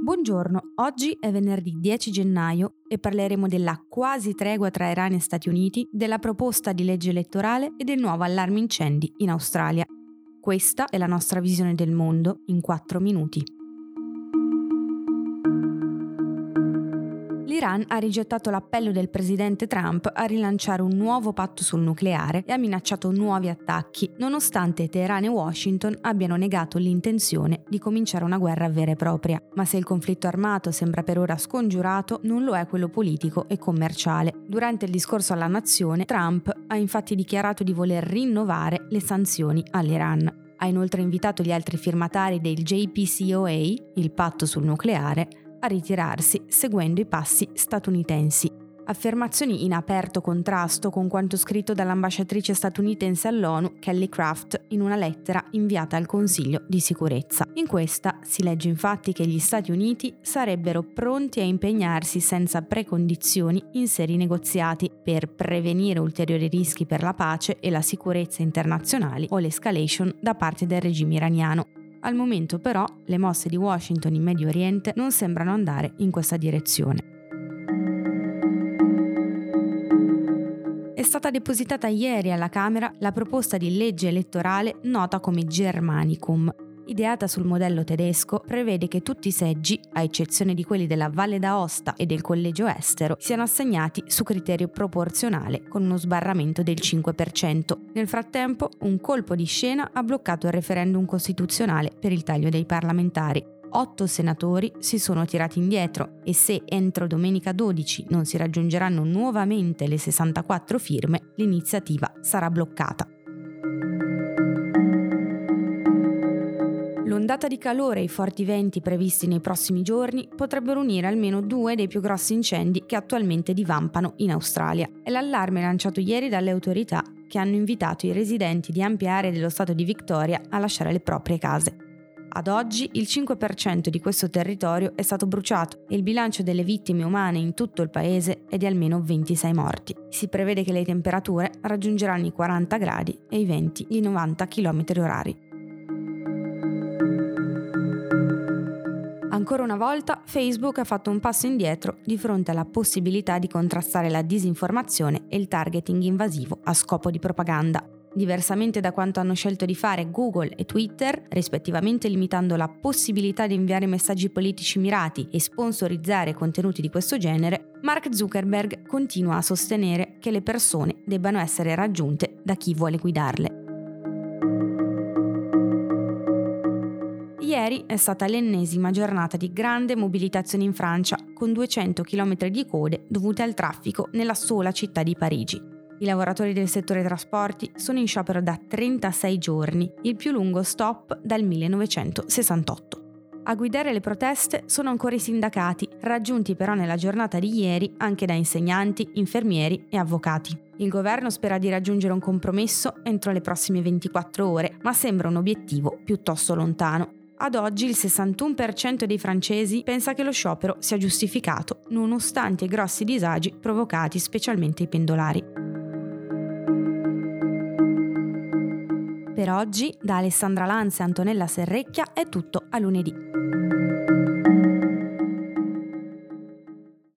Buongiorno, oggi è venerdì 10 gennaio e parleremo della quasi tregua tra Iran e Stati Uniti, della proposta di legge elettorale e del nuovo allarme incendi in Australia. Questa è la nostra visione del mondo in 4 minuti. L'Iran ha rigettato l'appello del presidente Trump a rilanciare un nuovo patto sul nucleare e ha minacciato nuovi attacchi, nonostante Teheran e Washington abbiano negato l'intenzione di cominciare una guerra vera e propria. Ma se il conflitto armato sembra per ora scongiurato, non lo è quello politico e commerciale. Durante il discorso alla nazione, Trump ha infatti dichiarato di voler rinnovare le sanzioni all'Iran. Ha inoltre invitato gli altri firmatari del JCPOA, il patto sul nucleare, a ritirarsi seguendo i passi statunitensi. Affermazioni in aperto contrasto con quanto scritto dall'ambasciatrice statunitense all'ONU Kelly Craft in una lettera inviata al Consiglio di sicurezza. In questa si legge infatti che gli Stati Uniti sarebbero pronti a impegnarsi senza precondizioni in seri negoziati per prevenire ulteriori rischi per la pace e la sicurezza internazionali o l'escalation da parte del regime iraniano. Al momento però le mosse di Washington in Medio Oriente non sembrano andare in questa direzione. È stata depositata ieri alla Camera la proposta di legge elettorale nota come Germanicum. Ideata sul modello tedesco, prevede che tutti i seggi, a eccezione di quelli della Valle d'Aosta e del Collegio Estero, siano assegnati su criterio proporzionale, con uno sbarramento del 5%. Nel frattempo, un colpo di scena ha bloccato il referendum costituzionale per il taglio dei parlamentari. 8 senatori si sono tirati indietro e se entro domenica 12 non si raggiungeranno nuovamente le 64 firme, l'iniziativa sarà bloccata. L'ondata di calore e i forti venti previsti nei prossimi giorni potrebbero unire almeno 2 dei più grossi incendi che attualmente divampano in Australia. È l'allarme lanciato ieri dalle autorità che hanno invitato i residenti di ampie aree dello stato di Victoria a lasciare le proprie case. Ad oggi il 5% di questo territorio è stato bruciato e il bilancio delle vittime umane in tutto il paese è di almeno 26 morti. Si prevede che le temperature raggiungeranno i 40 gradi e i venti i 90 km/h. Ancora una volta, Facebook ha fatto un passo indietro di fronte alla possibilità di contrastare la disinformazione e il targeting invasivo a scopo di propaganda. Diversamente da quanto hanno scelto di fare Google e Twitter, rispettivamente limitando la possibilità di inviare messaggi politici mirati e sponsorizzare contenuti di questo genere, Mark Zuckerberg continua a sostenere che le persone debbano essere raggiunte da chi vuole guidarle. Ieri è stata l'ennesima giornata di grande mobilitazione in Francia, con 200 km di code dovute al traffico nella sola città di Parigi. I lavoratori del settore trasporti sono in sciopero da 36 giorni, il più lungo stop dal 1968. A guidare le proteste sono ancora i sindacati, raggiunti però nella giornata di ieri anche da insegnanti, infermieri e avvocati. Il governo spera di raggiungere un compromesso entro le prossime 24 ore, ma sembra un obiettivo piuttosto lontano. Ad oggi il 61% dei francesi pensa che lo sciopero sia giustificato, nonostante i grossi disagi provocati specialmente ai pendolari. Per oggi, da Alessandra Lanza e Antonella Serrecchia è tutto, a lunedì.